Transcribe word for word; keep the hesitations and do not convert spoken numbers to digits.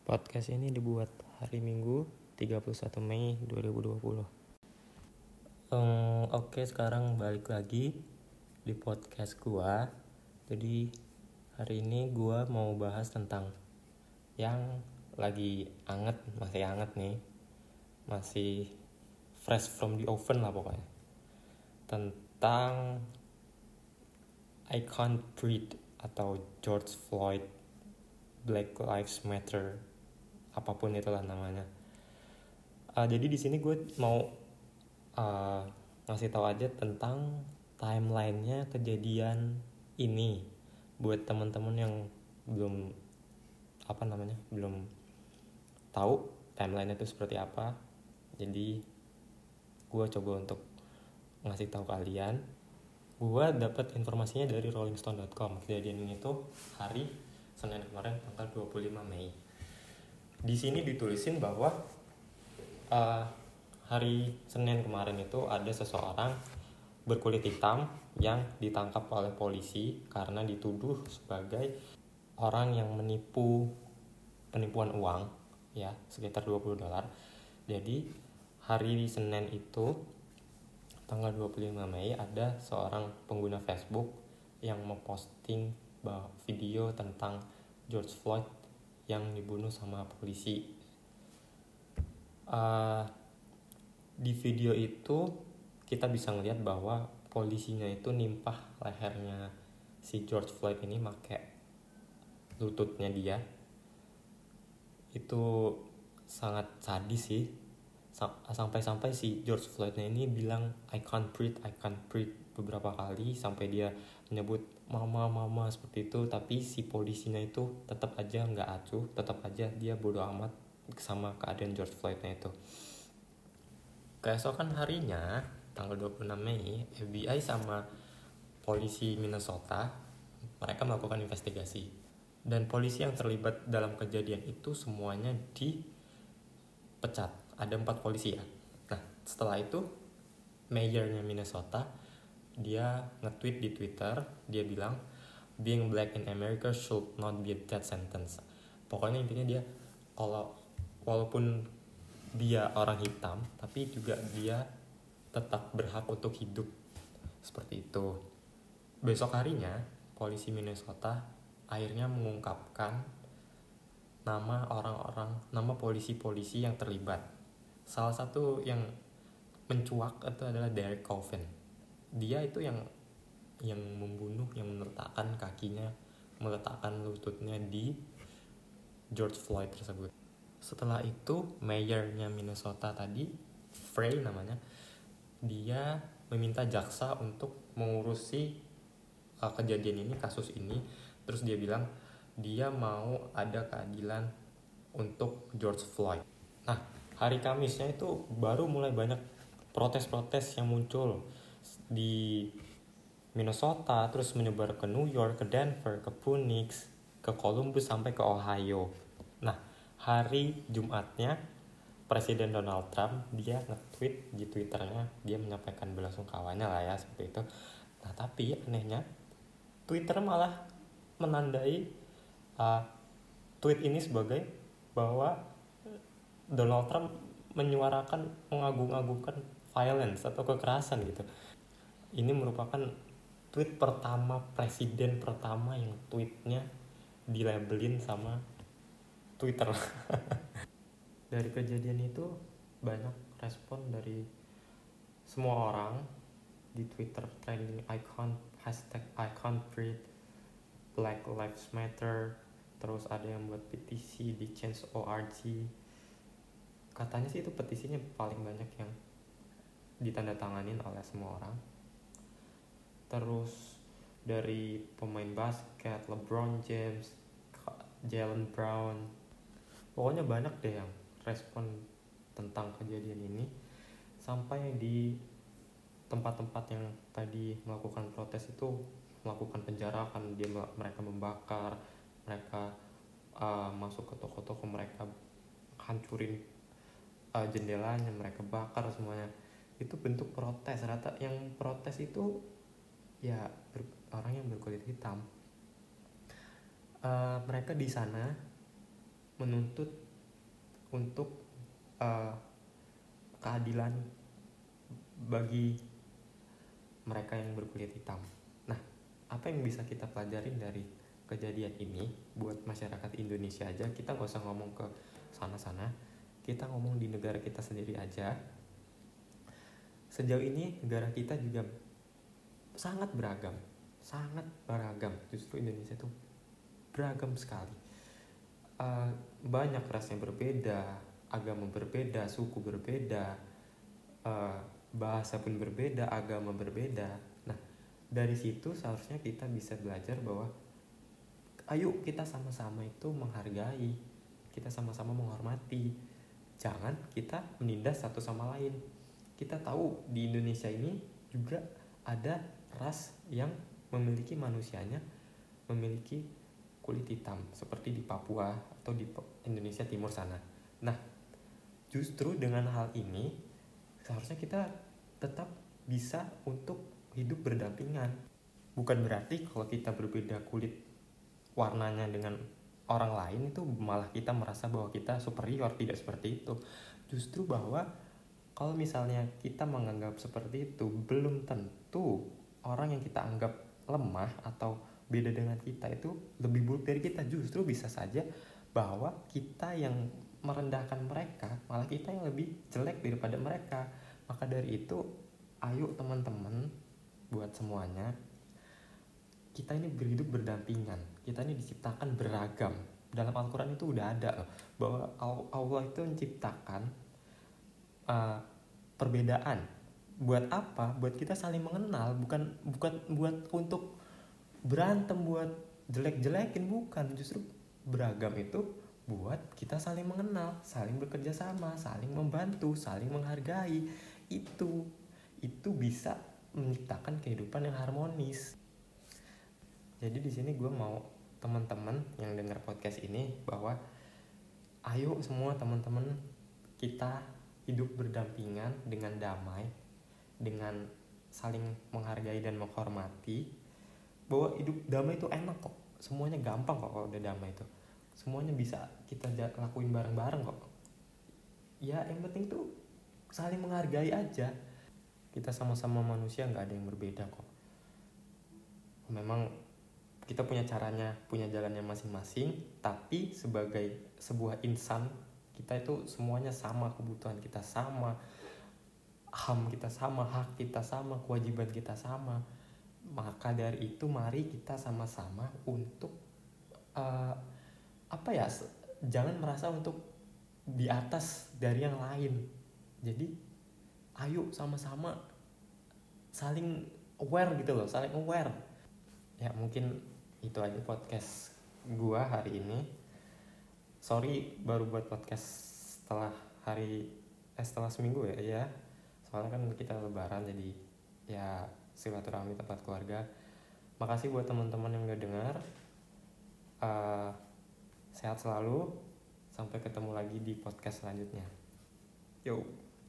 Podcast ini dibuat hari Minggu tiga puluh satu Mei dua ribu dua puluh. Um, Oke, sekarang balik lagi di podcast gua. Jadi hari ini gua mau bahas tentang yang lagi anget, masih anget nih. Masih fresh from the oven lah pokoknya. Tentang I Can't Breathe atau George Floyd, Black Lives Matter, apapun itulah namanya. Uh, jadi di sini gue mau uh, ngasih tahu aja tentang timelinenya kejadian ini buat teman-teman yang belum apa namanya belum tahu timeline itu seperti apa. Jadi gue coba untuk ngasih tahu kalian. Gue dapat informasinya dari rolling stone dot com. Kejadian ini tuh hari Senin kemarin tanggal dua puluh lima Mei. Di sini ditulisin bahwa uh, hari Senin kemarin itu ada seseorang berkulit hitam yang ditangkap oleh polisi karena dituduh sebagai orang yang menipu penipuan uang ya sekitar dua puluh dolar. Jadi hari Senin itu tanggal dua puluh lima Mei ada seorang pengguna Facebook yang memposting video tentang George Floyd yang dibunuh sama polisi. Uh, di video itu kita bisa ngeliat bahwa polisinya itu nimpah lehernya si George Floyd ini pakai lututnya dia. Itu sangat sadis sih. Sampai-sampai si George Floydnya ini bilang I can't breathe, I can't breathe beberapa kali sampai dia menyebut mama mama seperti itu. Tapi si polisinya itu tetap aja nggak acuh, tetap aja dia bodoh amat sama keadaan George Floydnya itu. Keesokan harinya tanggal dua puluh enam Mei, F B I sama polisi Minnesota mereka melakukan investigasi, dan polisi yang terlibat dalam kejadian itu semuanya dipecat. Ada empat polisi ya. Nah setelah itu mayornya Minnesota dia nge-tweet di Twitter, dia bilang being black in America should not be a death sentence. Pokoknya intinya dia kalau walaupun dia orang hitam tapi juga dia tetap berhak untuk hidup, seperti itu. Besok harinya polisi Minnesota akhirnya mengungkapkan nama orang-orang, nama polisi-polisi yang terlibat. Salah satu yang mencuak itu adalah Derek Chauvin. Dia itu yang yang membunuh, yang meletakkan kakinya, meletakkan lututnya di George Floyd tersebut. Setelah itu mayornya Minnesota tadi, Frey namanya, dia meminta jaksa untuk mengurusi uh, kejadian ini, kasus ini. Terus dia bilang dia mau ada keadilan untuk George Floyd. Nah hari Kamisnya itu baru mulai banyak protes-protes yang muncul di Minnesota, terus menyebar ke New York, ke Denver, ke Phoenix, ke Columbus, sampai ke Ohio. Nah hari Jumatnya Presiden Donald Trump dia nge-tweet di Twitternya, dia menyampaikan belasungkawanya lah ya seperti itu. Nah tapi anehnya Twitter malah menandai uh, tweet ini sebagai bahwa Donald Trump menyuarakan, mengagung-agungkan violence atau kekerasan gitu. Ini merupakan tweet pertama presiden pertama yang tweetnya dilabelin sama Twitter. Dari kejadian itu banyak respon dari semua orang di Twitter, trending I can't, hashtag I can't breathe, Black Lives Matter. Terus ada yang buat petisi di change dot org. Katanya sih itu petisinya paling banyak yang ditandatanganin oleh semua orang. Terus dari pemain basket, LeBron James, Jaylen Brown, pokoknya banyak deh yang respon tentang kejadian ini. Sampai di tempat-tempat yang tadi melakukan protes itu melakukan penjarahan, dia mereka membakar, mereka uh, masuk ke toko-toko, mereka hancurin uh, jendelanya, mereka bakar semuanya. Itu bentuk protes. Rata yang protes itu ya ber, orang yang berkulit hitam. Uh, mereka di sana menuntut untuk uh, keadilan bagi mereka yang berkulit hitam. Nah, apa yang bisa kita pelajarin dari kejadian ini buat masyarakat Indonesia aja? Kita gak usah ngomong ke sana-sana, kita ngomong di negara kita sendiri aja. Sejauh ini negara kita juga sangat beragam, sangat beragam. Justru Indonesia itu beragam sekali. Uh, banyak rasnya berbeda, agama berbeda, suku berbeda, uh, bahasa pun berbeda, agama berbeda. Nah, dari situ seharusnya kita bisa belajar bahwa ayo kita sama-sama itu menghargai, kita sama-sama menghormati. Jangan kita menindas satu sama lain. Kita tahu di Indonesia ini juga ada ras yang memiliki manusianya memiliki kulit hitam seperti di Papua atau di Indonesia Timur sana. Nah, justru dengan hal ini seharusnya kita tetap bisa untuk hidup berdampingan. Bukan berarti kalau kita berbeda kulit warnanya dengan orang lain itu malah kita merasa bahwa kita superior. Tidak seperti itu. Justru bahwa kalau misalnya kita menganggap seperti itu, belum tentu orang yang kita anggap lemah atau beda dengan kita itu lebih buruk dari kita. Justru bisa saja bahwa kita yang merendahkan mereka, malah kita yang lebih jelek daripada mereka. Maka dari itu, ayo teman-teman, buat semuanya, kita ini berhidup berdampingan. Kita ini diciptakan beragam. Dalam Al-Quran itu udah ada loh, bahwa Allah itu menciptakan Uh, perbedaan. Buat apa? Buat kita saling mengenal, bukan bukan buat untuk berantem, buat jelek-jelekin, bukan. Justru beragam itu buat kita saling mengenal, saling bekerja sama, saling membantu, saling menghargai. Itu itu bisa menciptakan kehidupan yang harmonis. Jadi di sini gue mau teman-teman yang dengar podcast ini bahwa ayo semua teman-teman kita hidup berdampingan dengan damai, dengan saling menghargai dan menghormati. Bahwa hidup damai itu enak kok, semuanya gampang kok kalau udah damai itu. Semuanya bisa kita lakuin bareng-bareng kok. Ya yang penting tuh saling menghargai aja. Kita sama-sama manusia, gak ada yang berbeda kok. Memang kita punya caranya, punya jalannya masing-masing, tapi sebagai sebuah insan, kita itu semuanya sama, kebutuhan kita sama, H A M kita sama, hak kita sama, kewajiban kita sama. Maka dari itu mari kita sama-sama untuk uh, apa ya, jangan merasa untuk di atas dari yang lain. Jadi ayo sama-sama saling aware gitu loh, saling aware. Ya mungkin itu aja podcast gua hari ini. Sorry baru buat podcast setelah hari eh setelah seminggu ya ya. Soalnya kan kita lebaran, jadi ya silaturahmi tempat keluarga. Makasih buat teman-teman yang udah dengar. Uh, sehat selalu. Sampai ketemu lagi di podcast selanjutnya. Yo.